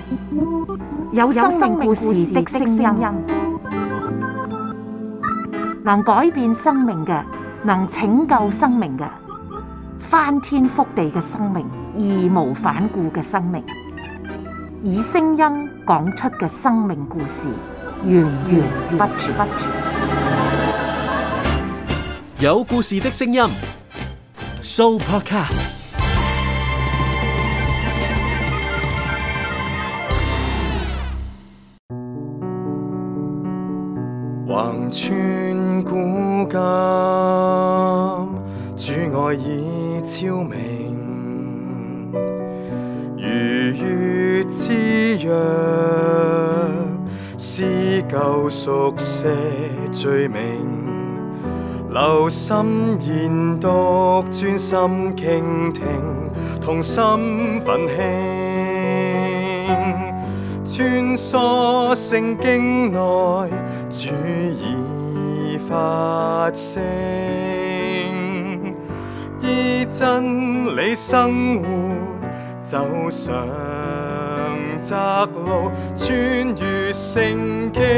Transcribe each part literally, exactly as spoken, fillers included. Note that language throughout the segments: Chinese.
有生命故事的聲音，能改變生命嘅，能拯救生命嘅，翻天覆地嘅生命，義無反顧嘅生命，以聲音講出嘅生命故事，源源不絕。 有故事的聲音 ，Sooopodcast。 橫穿古今，主愛已超明，如月之約，撕舊熟寫罪名，留心研讀，專心傾聽，同心奮興，穿梭聖經內，主已發聲，依真理生活，走上窄路，穿越聖經。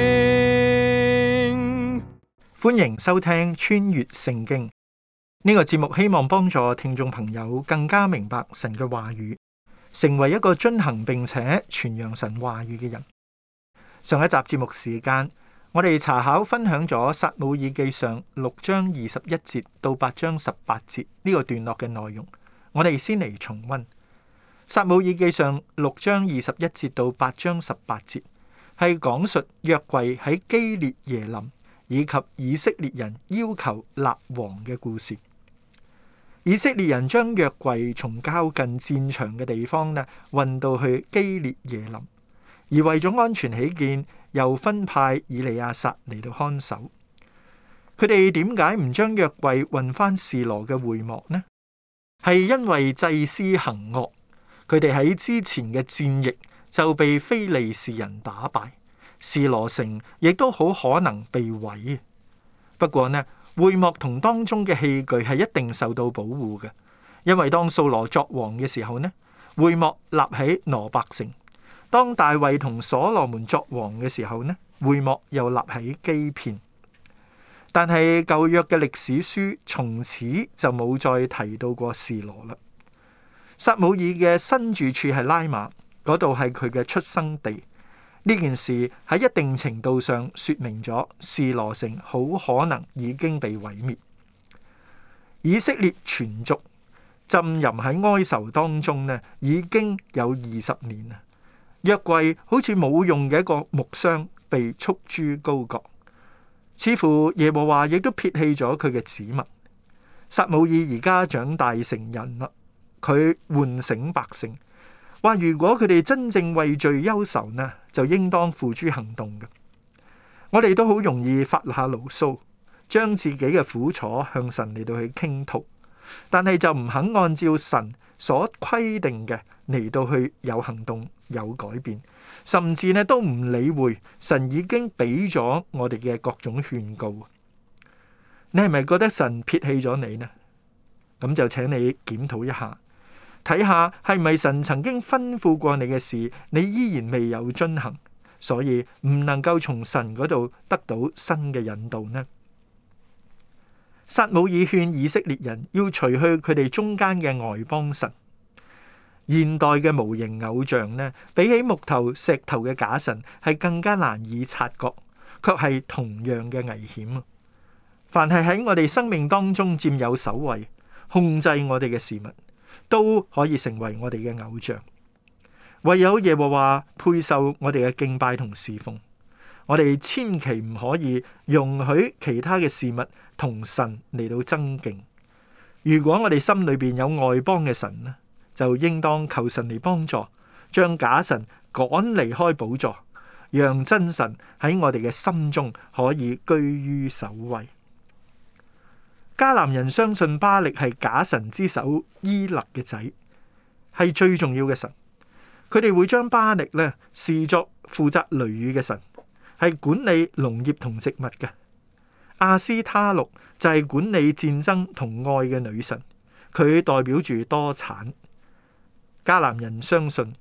歡迎收聽穿越聖經呢個節目，希望幫助聽眾朋友更加明白神嘅話語，成為一個遵行並且傳揚神話語嘅人。上一集節目時間，我哋查考分享咗撒母耳記上六章二十一節到八章十八節呢個段落嘅內容。我哋先嚟重溫撒母耳記上六章二十一節到八章十八節，係講述約櫃喺基列耶琳以及以色列人要求立王嘅故事。以色列人將約櫃從較近戰場嘅地方呢運到去基列耶琳，而為咗安全起見，又分派以利亞撒嚟到看守。佢哋點解唔將約櫃運翻示羅嘅會幕呢？係因為祭司行惡，佢哋喺之前嘅戰役就被非利士人打敗，示羅城亦都好可能被毀。不過呢，會幕同當中嘅器具係一定受到保護嘅，因為當掃羅作王嘅時候呢，會幕立喺挪伯城。當大衛同所羅門作王嘅時候呢，會幕又立喺基遍。但係舊約嘅歷史書從此就冇再提到過示羅啦。撒母耳嘅新住處係拉馬，嗰度係佢嘅出生地。呢件事喺一定程度上說明咗示羅城好可能已經被毀滅。以色列全族浸淫喺哀愁當中呢，已經有二十年啦。約櫃好似冇用嘅一個木箱被束諸高閣，似乎耶和華亦都撇棄咗佢嘅子民。撒母耳而家長大成人啦，佢喚醒百姓，話如果佢哋真正為罪憂愁呢，就應當付諸行動嘅。我哋都好容易發下牢騷，將自己嘅苦楚向神嚟到去傾吐，但係就唔肯按照神所規定嘅嚟到去有行動有改變，甚至呢都唔理會神已經俾咗我哋嘅各種勸告。你係咪覺得神撇棄咗你呢？咁就請你檢討一下，睇下係咪神曾經吩咐過你嘅事，你依然未有遵行，所以唔能夠從神嗰度得到新嘅引導呢？撒母耳勸以色列人要除去佢哋中間嘅外邦神。現代嘅無形偶像呢，比起木頭、石頭嘅假神係更加難以察覺，卻係同樣嘅危險。凡係喺我哋生命當中佔有首位、控制我哋嘅事物，都可以成為我哋嘅偶像。唯有耶和華配受我哋嘅敬拜同侍奉，我哋千祈唔可以容許其他嘅事物同神嚟到爭競。如果我哋心裏邊有外邦嘅神呢，就應當求神嚟幫助，將假神趕離開寶座，讓真神喺我哋嘅心中可以居於首位。迦南人相信巴力係假神之首伊勒嘅仔，係最重要嘅神。佢哋會將巴力咧視作負責雷雨嘅神，係管理農業同植物嘅。阿斯他錄就係管理戰爭同愛嘅女神，佢代表住多產。迦南人相信，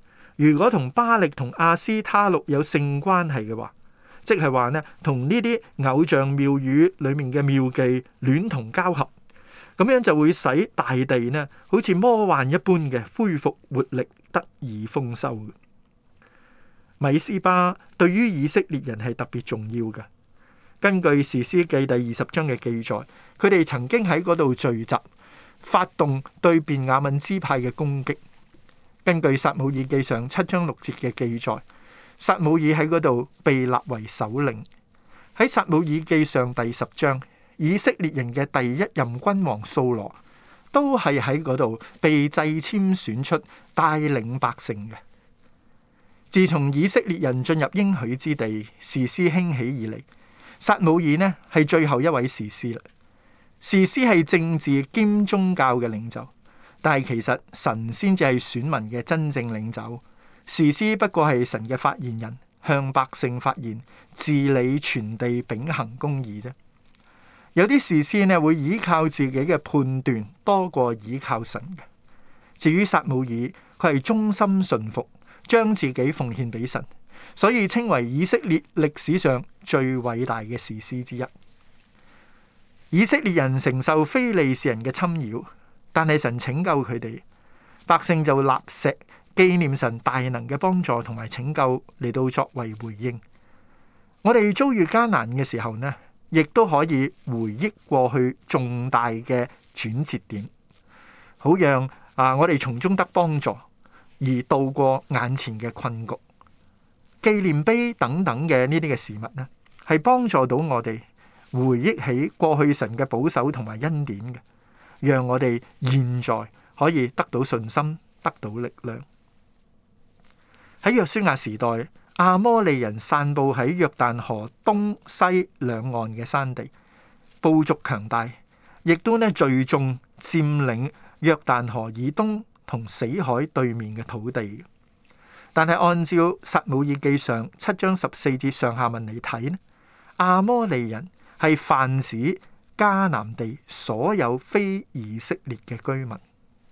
如果同巴力同亞斯他錄有性關係嘅話，即係話呢，同呢啲偶像廟宇裏面嘅廟妓戀同交合，咁樣就會使大地呢好似魔幻一般嘅恢復活力，得以豐收。米斯巴對於以色列人係特別重要嘅。根據士師記第二十章嘅記載，佢哋曾經喺嗰度聚集，發動對便雅憫支派嘅攻擊。根據撒母耳記上七章六節嘅記載，撒母耳喺嗰度被立為首領。喺撒母耳記上第十章，以色列人嘅第一任君王掃羅都係喺嗰度被掣籤選出帶領百姓嘅。自從以色列人進入應許之地，士師興起以嚟，撒母耳呢係最後一位士師啦。士師係政治兼宗教嘅領袖，但係其實神先至係選民嘅真正領袖。士師不過係神嘅發言人，向百姓發言，治理全地，秉行公義啫。有啲士師呢會依靠自己嘅判斷多過依靠神嘅。至於撒母耳，佢係忠心順服，將自己奉獻俾神，所以稱為以色列歷史上最偉大嘅士師之一。以色列人承受非利士人嘅侵擾，但係神拯救佢哋，百姓就立石紀念神大能嘅幫助同埋拯救，嚟到作為回應。我哋遭遇艱難嘅時候呢，亦都可以回憶過去重大嘅轉折點，好讓啊我哋從中得幫助，而度過眼前嘅困局。紀念碑等等嘅呢啲嘅事物呢，係幫助到我哋回憶起過去神嘅保守同埋恩典嘅，讓我哋現在可以得到信心，得到力量。喺約書亞時代，亞摩利人散布喺約旦河東西兩岸嘅山地，部族強大，亦都呢聚眾佔領約旦河以東同死海對面嘅土地。但係按照撒母耳記上七章十四節上下文嚟睇呢，亞摩利人係泛指迦南地所有非以色列嘅居民。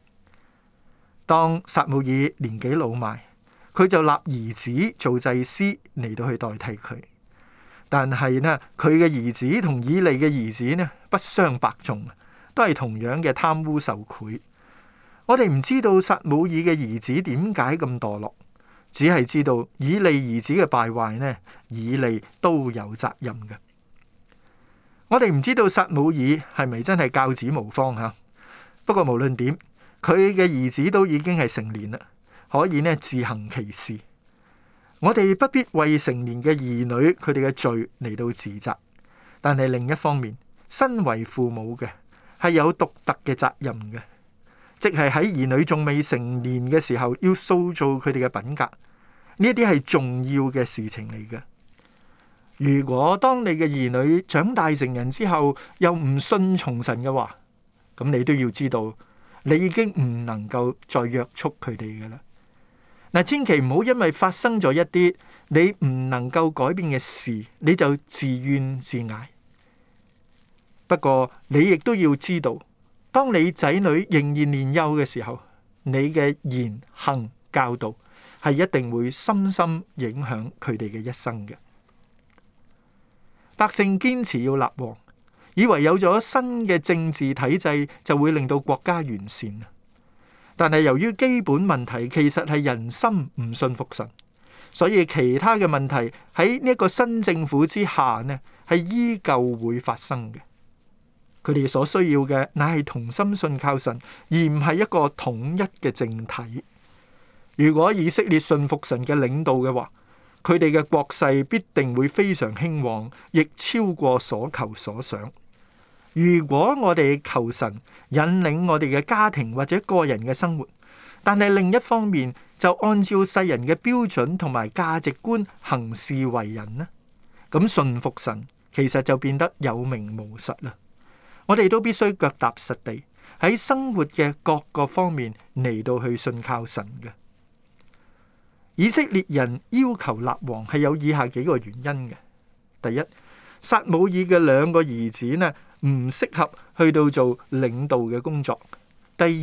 當撒母耳年紀老邁，佢就立兒子做祭司嚟到去代替佢。但係呢，佢嘅兒子同以利嘅兒子呢，不相伯仲，都係同樣嘅貪污受賄。我哋唔知道撒母耳嘅兒子點解咁墮落，只係知道以利兒子嘅敗壞呢，以利都有責任嘅。我哋唔知道撒母耳係咪真係教子無方吓，不過無論點，佢嘅兒子都已經係成年啦，可以呢自行其事。我哋不必為成年嘅兒女佢哋嘅罪嚟到自責，但係另一方面，身為父母嘅係有獨特嘅責任嘅，即係喺兒女仲未成年嘅時候，要塑造佢哋嘅品格，呢啲係重要嘅事情嚟嘅。如果當你嘅兒女長大成人之後，又唔信從神嘅話，咁你都要知道，你已經唔能夠再約束佢哋嘅啦。嗱，千祈唔好因為發生咗一啲你唔能夠改變嘅事，你就自怨自艾。不過你亦都要知道，當你仔女仍然年幼嘅時候，你嘅言行教導係一定會深深影響佢哋嘅一生嘅。百姓堅持要立王，以為有咗新嘅政治體制就會令到國家完善。但係由於基本問題其實係人心唔信服神，所以其他嘅問題喺呢一個新政府之下呢，係依舊會發生嘅。佢哋所需要嘅乃係同心信靠神，而唔係一個統一嘅政體。如果以色列信服神嘅領導嘅話，佢哋嘅國勢必定會非常興旺，亦超過所求所想。如果我哋求神引領我哋嘅家庭或者個人嘅生活，但係另一方面就按照世人嘅標準同埋價值觀行事為人呢，咁信服神其實就變得有名無實啦。我哋都必須腳踏實地，喺生活嘅各個方面嚟到去信靠神嘅。以色列人要求立王係有以下幾個原因嘅。第一，撒母耳嘅兩個兒子呢，唔適合去到做領導嘅工作。第二，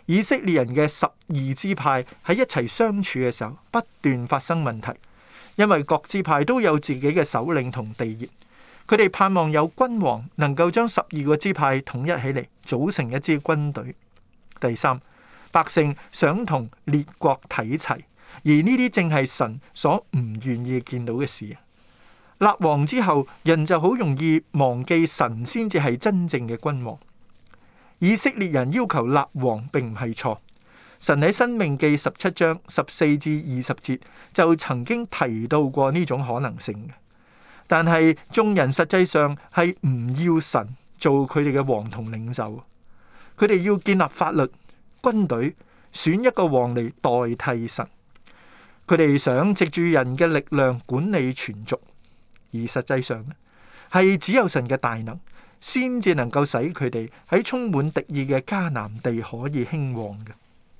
以色列人嘅十二支派喺一齊相處嘅時候，不斷發生問題，因為各支派都有自己嘅首領同地業，佢哋盼望有君王能夠將十二個支派統一起嚟，組成一支軍隊。第三，百姓想同列國睇齊，而呢啲正係神所唔願意見到嘅事。立王之後，人就好容易忘記神先至係真正嘅君王。以色列人要求立王並唔係錯，神喺申命記十七章十四至二十節就曾經提到過呢種可能性嘅。但係眾人實際上係唔要神做佢哋嘅王同領袖，佢哋要建立法律、軍隊，選一個王嚟代替神。佢哋想藉住人嘅力量管理全族，而實際上係只有神嘅大能，先至能夠使佢哋喺充滿敵意嘅迦南地可以興旺嘅。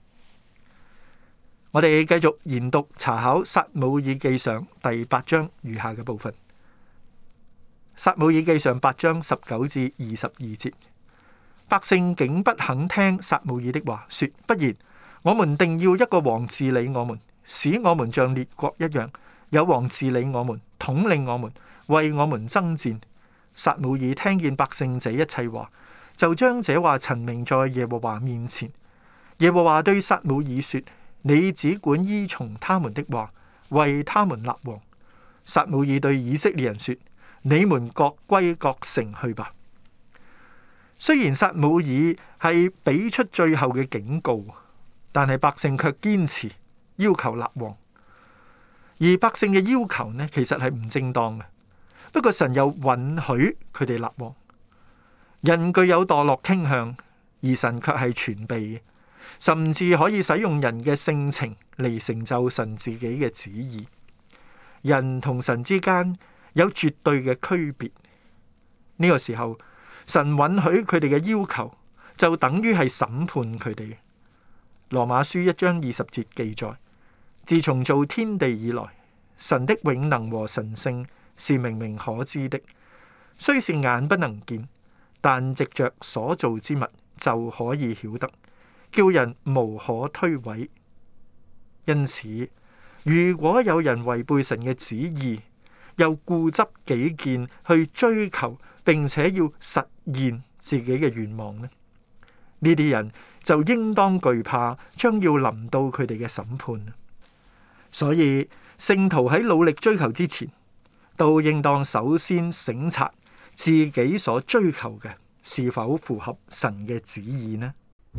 我哋繼續研讀查考撒母耳記上第八章餘下嘅部分。撒母耳記上八章十九至二十二節，百姓竟不肯聽撒母耳的話，說：不然，我們定要一個王治理我們，使我們像列國一樣，有王治理我們，統領我們，為我們爭戰。撒母耳聽見百姓這一切話，就將這話陳明在耶和華面前。耶和華對撒母耳說：你只管依從他們的話，為他們立王。撒母耳對以色列人說：你們各歸各城去吧。雖然撒母耳係俾出最後嘅警告，但係百姓卻堅持要求立王。而百姓嘅要求呢，其實係唔正當嘅。不過神又允許佢哋立王。人具有墮落傾向，而神卻係全備，甚至可以使用人嘅性情嚟成就神自己嘅旨意。人同神之間有絕對嘅區別。呢個時候，神允許佢哋嘅要求，就等於係審判佢哋。羅馬書一章二十節記載：自從造天地以來，神的永能和神性是明明可知的，雖是眼不能見，但藉着所造之物就可以曉得，叫人無可推諉。因此，如果有人違背神嘅旨意，又固執己見去追求，並且要實現自己嘅願望呢？呢啲人就應當懼怕將要臨到佢哋嘅審判。所以聖徒喺努力追求之前，都應當首先省察自己所追求嘅是否符合神嘅旨意呢？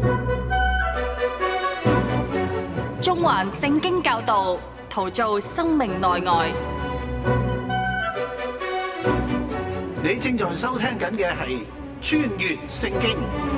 中環聖經教導，陶造生命內外。 你正在收聽緊嘅係穿越聖經，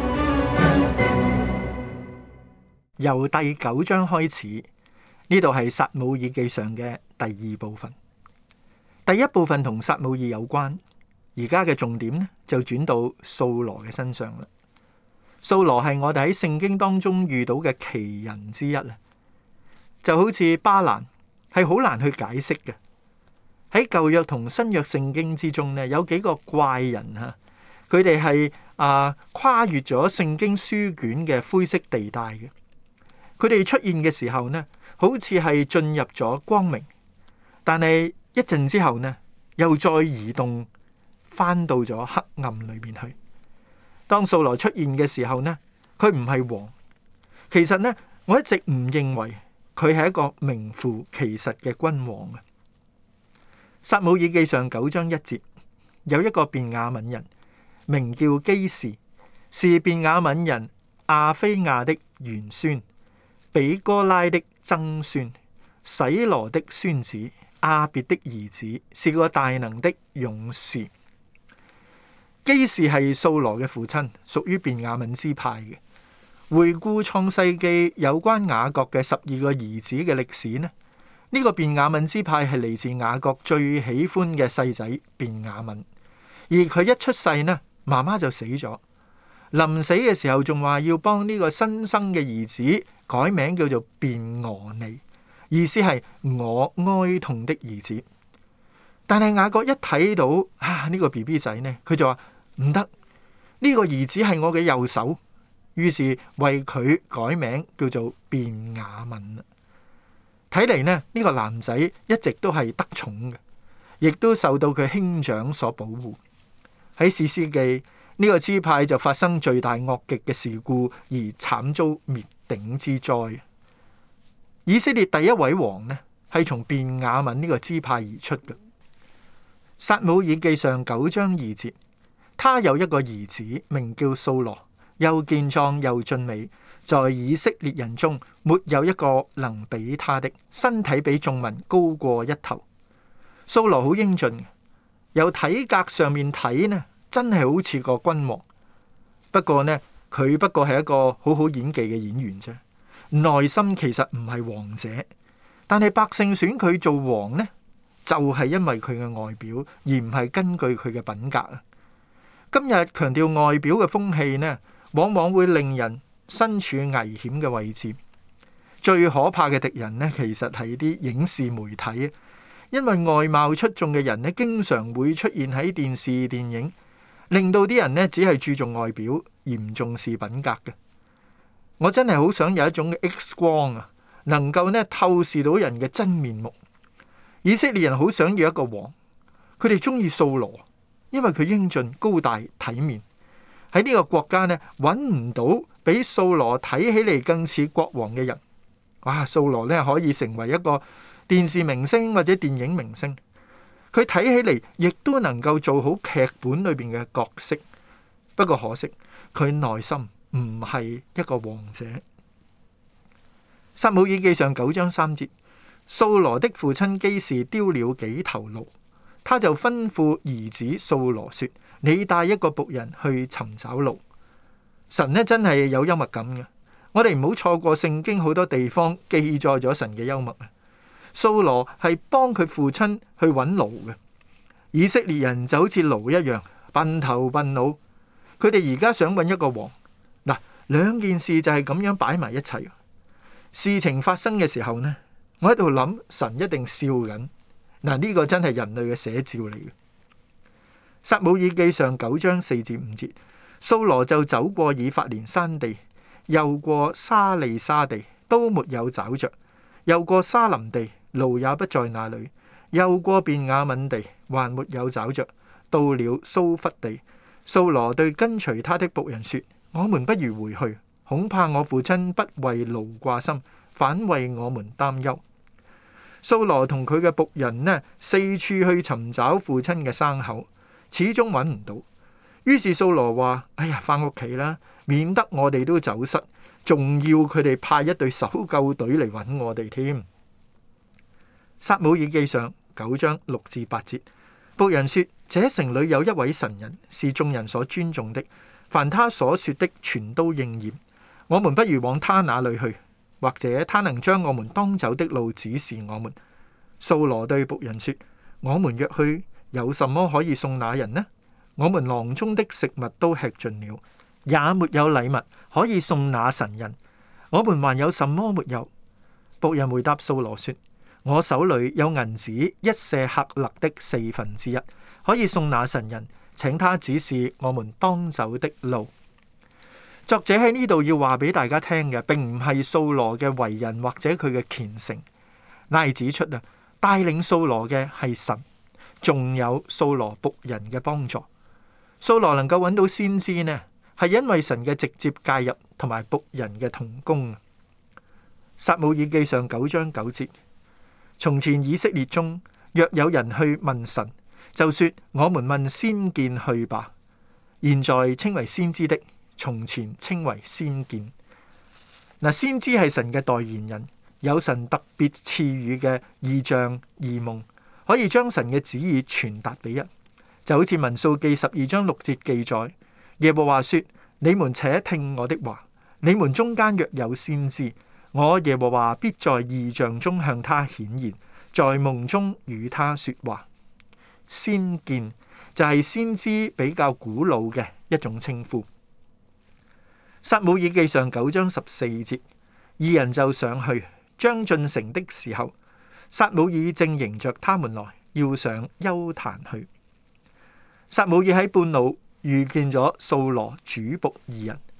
由第九章開始，呢度係撒母耳記上嘅第二部分。第一部分同撒母耳有關，而家嘅重點呢就轉到掃羅嘅身上啦。掃羅係我哋喺聖經當中遇到嘅奇人之一啊，就好似巴蘭，係好難去解釋嘅。喺舊約同新約聖經之中呢，有幾個怪人吓，佢哋係啊跨越咗聖經書卷嘅灰色地帶嘅。佢哋出現嘅時候呢，好似係進入咗光明，但係一陣之後呢，又再移動翻到咗黑暗裏面去。當掃羅出現嘅時候呢，佢唔係王。其實呢，我一直唔認為佢係一個名副其實嘅君王啊。撒母耳記上九章一節，有一個便雅憫人，名叫基士，是便雅憫人亞非亞的玄孫，比哥拉的曾孫，洗羅的孫子，亞別的兒子，是個大能的勇士。基士係掃羅嘅父親，屬於便雅憫支派嘅。回顧創世記有關雅各嘅十二個兒子嘅歷史呢？呢個便雅憫支派係嚟自雅各最喜歡嘅細仔便雅憫，而佢一出世呢，媽媽就死咗。臨死嘅時候仲話要幫呢個新生嘅兒子改名叫做便俄尼，意思係我哀痛的兒子。但係雅各一睇到啊呢個 B B 仔呢，佢就話唔得，呢個兒子係我嘅右手， 於是為佢改名叫做便雅憫。睇嚟呢，呢個男仔一直都係得寵嘅，亦都受到佢兄長所保護。喺士師記呢個支派就發生罪大惡極嘅事故，而慘遭滅頂之災。以色列第一位王呢，係從便雅憫呢個支派而出嘅。撒母耳記上九章二節，他有一個兒子名叫掃羅，又健壯又俊美，在以色列人中沒有一個能比他的，身體比眾民高過一頭。掃羅好英俊嘅，由體格上面睇呢，真係好似個君王。不過呢，佢不過係一個好好演技嘅演員啫，內心其實唔係王者。但係百姓選佢做王呢，就係因為佢嘅外表，而唔係根據佢嘅品格啊。今日強調外表嘅風氣呢，往往會令人身處危險嘅位置。最可怕嘅敵人呢，其實係啲影視媒體，因為外貌出眾嘅人呢，經常會出現喺電視、電影，令到啲人呢只係注重外表，而唔重視品格嘅。我真係好想有一種 X 光啊，能夠呢透視到人嘅真面目。以色列人好想要一個王，佢哋中意掃羅，因為佢英俊、高大、體面。喺呢個國家呢，揾唔到比掃羅睇起嚟更似國王嘅人。哇！掃羅呢可以成為一個電視明星或者電影明星，佢睇起嚟亦都能夠做好劇本裏邊嘅角色。不過可惜，佢內心唔係一個王者。撒母耳記上九章三節，掃羅的父親基士丟了幾頭驢，他就吩咐兒子掃羅說：你帶一個僕人去尋找驢。神呢真係有幽默感嘅，我哋唔好錯過聖經好多地方記載咗神嘅幽默啊！掃羅係幫佢父親去揾驢嘅，以色列人就好似驢一樣笨頭笨腦，佢哋而家想揾一個王。嗱，兩件事就係咁樣擺埋一齊。事情發生嘅時候呢，我喺度諗，神一定笑緊。嗱，呢個真係人類嘅寫照嚟嘅。撒母耳記上九章四至五節，掃羅就走過以法蓮山地，又過沙利沙地，都沒有找着；又過沙林地，驢也不在那裏；又過便雅憫地，還沒有找着。到了蘇弗地，掃羅對跟隨他的僕人說：我們不如回去，恐怕我父親不為驢掛心，反為我們擔憂。掃羅同佢嘅僕人呢，四處去尋找父親嘅牲口，始終揾唔到。於是掃羅話：哎呀，翻屋企啦，免得我哋都走失，仲要佢哋派一隊搜救隊嚟揾我哋添。撒母耳記上九章六至八節，僕人說：這城裏有一位神人，是眾人所尊重的，凡他所說的全都應驗。我們不如往他那裏去，或者他能將我們當走的路指示我們。掃羅對僕人說：我們若去，有什麼可以送那人呢？我們囊中的食物都吃盡了，也沒有禮物可以送那神人。我們還有什麼沒有？僕人回答掃羅說：我手裏有銀子一舍客勒的四分之一，可以送那神人，請他指示我們當走的路。作者喺呢度要話俾大家聽嘅，並唔係掃羅嘅為人或者佢嘅虔誠，乃係指出啊，帶領掃羅嘅係神，仲有掃羅僕人嘅幫助。掃羅能夠揾到先知呢，係因為神嘅直接介入同埋僕人嘅同工。撒母耳記上九章九節，從前以色列中若有人去問神，就說我們問先見去吧。現在稱為先知的，從前稱為先見。嗱，先知係神嘅代言人，有神特別賜予嘅異象異夢，可以將神嘅旨意傳達俾人。就好似民數記十二章六節記載，耶和華說：你們且聽我的話，你們中間若有先知，我耶和華必在異象中向他顯現，在夢中與他說話。先見就係先知比較古老嘅一種稱呼。撒母耳記上九章十四節，二人就上去，將進城的時候，撒母耳正迎着他們來，要上丘壇去。撒母耳喺半路遇見咗掃羅主僕二人，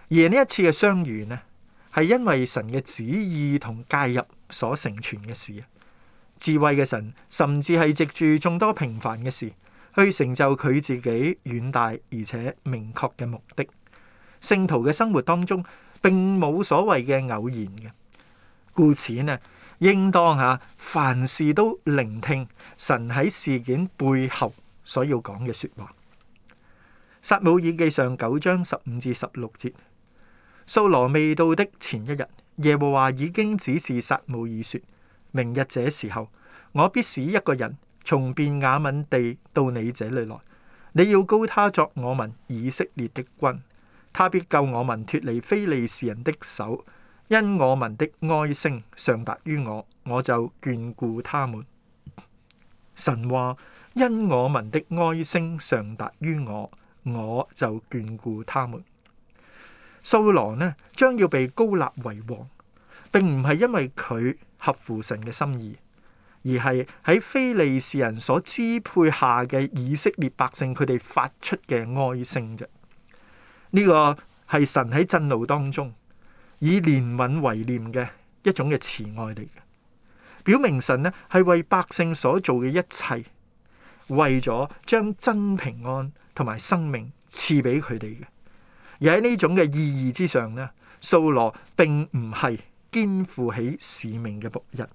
而呢一次嘅相遇呢，係因為神嘅旨意同介入所成全嘅事。智慧嘅神甚至係藉住眾多平凡嘅事去成就佢自己遠大而且明確嘅目的。聖徒嘅生活當中並冇所謂嘅偶然嘅，故此呢，應當下凡事都聆聽神喺事件背後所要講嘅說話。撒母耳記上九章十五至十六節，掃羅未到的前一日，耶和華已經指示撒母耳說：明日這時候，我必使一個人從便雅憫地到你這裏來，你要膏他作我民以色列的君，他必救我民脫離非利士人的手，因我民的哀聲上達於我，我就眷顧他們。神話因我民的哀聲上達於我，我就眷顧他們。掃羅呢，將要被膏立為王，並唔係因為佢合乎神嘅心意，而係喺非利士人所支配下嘅以色列百姓，佢哋發出嘅哀聲啫。呢個係神喺震怒當中以憐憫為念嘅一種嘅慈愛嚟嘅，表明神呢係為百姓所做嘅一切，為咗將真平安同埋生命賜俾佢哋嘅。而喺呢種嘅意義之上呢，掃羅並唔係肩負起使命嘅僕人。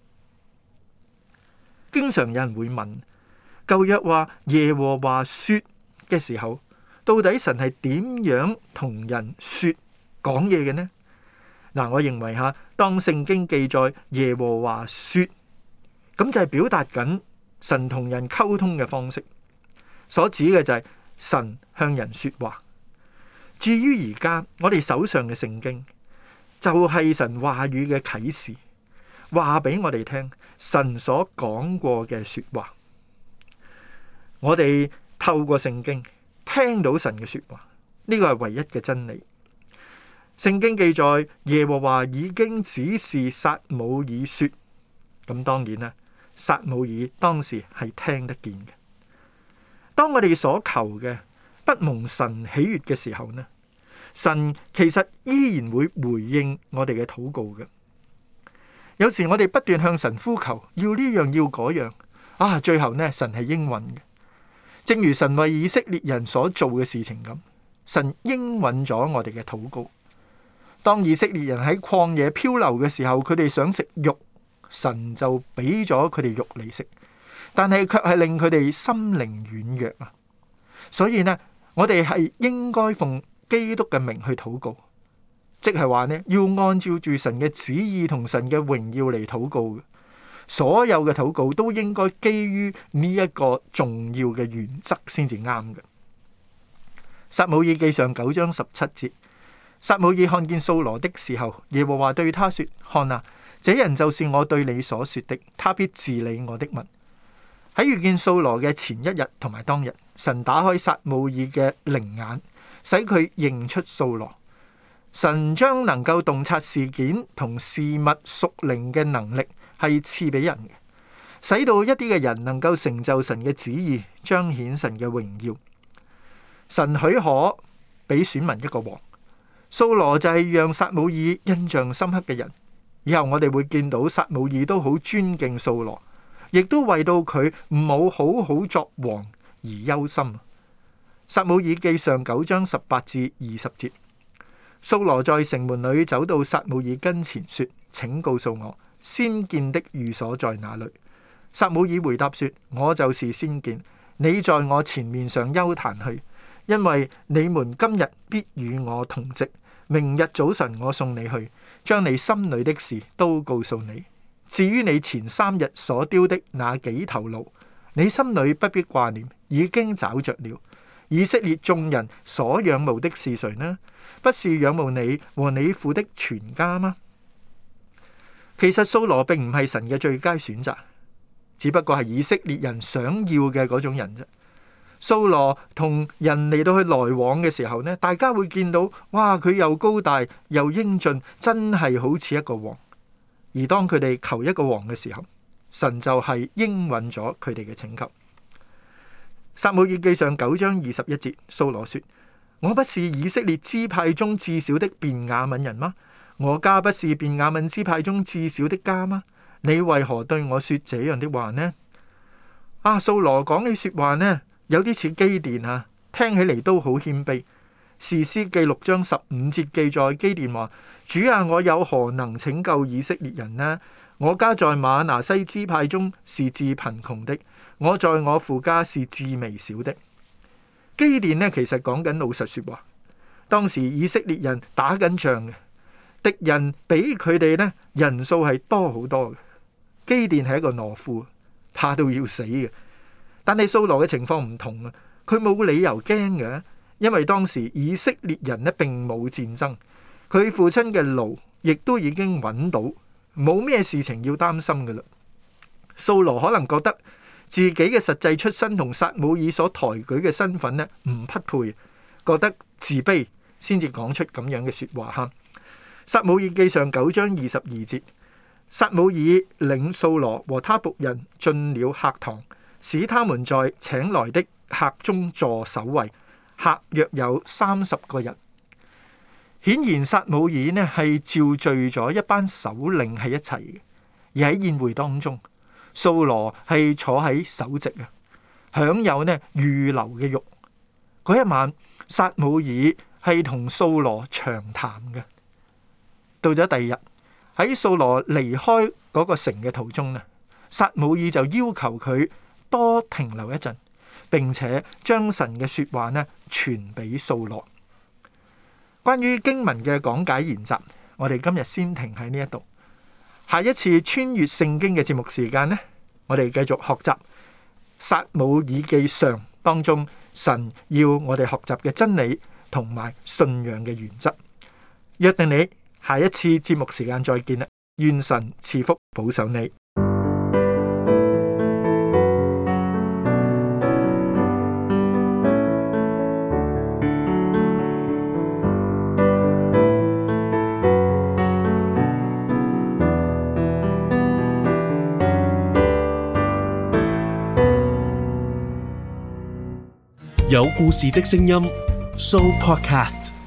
經常有人會問，舊約話耶和華說嘅時候，到底神係點樣同人說講嘢嘅呢？嗱，我認為吓，當聖經記載耶和華說，咁就係表達緊神同人溝通嘅方式，所指嘅就係神向人說話。至於而家我哋手上嘅聖經，就係神話語嘅啟示，話俾我哋聽神所講過嘅說話。我哋透過聖經聽到神嘅說話，呢個係唯一嘅真理。聖經記載耶和華已經指示撒母耳說，咁當然啦，撒母耳當時係聽得見嘅。當我哋所求嘅不蒙神喜悅嘅時候呢，神其實依然會回應我哋嘅禱告嘅。有時我哋不斷向神呼求，要呢樣要嗰樣，啊，最後呢，神係應允嘅。正如神為以色列人所做嘅事情咁，神應允咗我哋嘅禱告。當以色列人喺曠野漂流嘅時候，佢哋想食肉，神就俾咗佢哋肉嚟食，但係卻係令佢哋心靈軟弱啊。所以呢，我哋係應該奉基督嘅名去禱告，即係話呢，要按照住神嘅旨意同神嘅榮耀嚟禱告嘅。所有嘅禱告都應該基於呢一個重要嘅原則先至啱嘅。撒母耳記上九章十七節，撒母耳看見掃羅的時候，耶和華對他說：看啊，這人就是我對你所說的，他必治理我的民。喺遇見掃羅嘅前一日同埋當日，神打開撒母耳嘅靈眼，使佢認出掃羅。神將能夠洞察事件同事物屬靈嘅能力係賜俾人嘅，使到一啲嘅人能夠成就神嘅旨意，彰顯神嘅榮耀。神許可俾選民一個王，掃羅就係讓撒母耳印象深刻嘅人。以後我哋會見到撒母耳都好尊敬掃羅，亦都為到佢唔好好好作王而憂心。撒母耳記上九章十八至二十節，掃羅在城門裏走到撒母耳跟前說：請告訴我，先見的寓所在哪裏？撒母耳回答說：我就是先見，你在我前面上丘壇去，因為你們今日必與我同席，明日早晨我送你去，將你心裏的事都告訴你。至於你前三日所丟的那幾頭驢，你心裏不必掛念，已經找着了。以色列眾人所仰慕的是誰呢？不是仰慕你和你父的全家嗎？其實掃羅並唔係神嘅最佳選擇，只不過係以色列人想要嘅嗰種人啫。掃羅同人嚟到去來往嘅時候呢，大家會見到，哇，佢又高大又英俊，真係好似一個王。而當佢哋求一個王嘅時候，神就係應允咗佢哋嘅請求。撒母耳記上九章二十一節，掃羅說： 我不是以色列支派中至小的便雅憫人嗎？我家不是便雅憫支派中至小的家嗎？你為何對我說這樣的話呢？啊，掃羅講起說話呢，有啲似基甸啊，聽起嚟都好謙卑。士師記六章十五節記載，基甸話：主啊，我有何能拯救以色列人呢？我家在瑪拿西支派中是至貧窮的，我在我父家是至微小的。基甸呢，其實講緊老實說話。當時以色列人打緊仗嘅，敵人比佢哋呢人數係多好多嘅。基甸係一個懦夫，怕到要死嘅。但係掃羅嘅情況唔同啊，佢冇理由驚嘅，因為當時以色列人呢並冇戰爭，佢父親嘅驢亦都已經揾到，冇咩事情要擔心嘅啦。掃羅可能覺得自己嘅實際出身同撒母耳所抬舉嘅身份呢唔匹配，覺得自卑，先至講出咁樣嘅說話哈。撒母耳記上九章二十二節，撒母耳領掃羅和他僕人進了客堂，使他們在請來的客中坐首位，客約有三十個人。顯然撒母耳呢係召聚咗一班首領喺一齊嘅，而喺宴會當中，掃羅係坐喺首席啊，享有呢預留嘅肉。嗰一晚，撒母耳係同掃羅長談嘅。到咗第二日，喺掃羅離開嗰個城嘅途中呢，撒母耳就要求佢多停留一陣，並且將神嘅說話呢傳俾掃羅。關於經文嘅講解研習，我哋今日先停喺呢一度。下一次穿越聖經嘅節目時間呢，我哋繼續學習撒母耳記上當中神要我哋學習嘅真理同埋信仰嘅原則。約定你下一次節目時間再見啦，願神賜福保守你。 有故事的聲音 Show Podcast。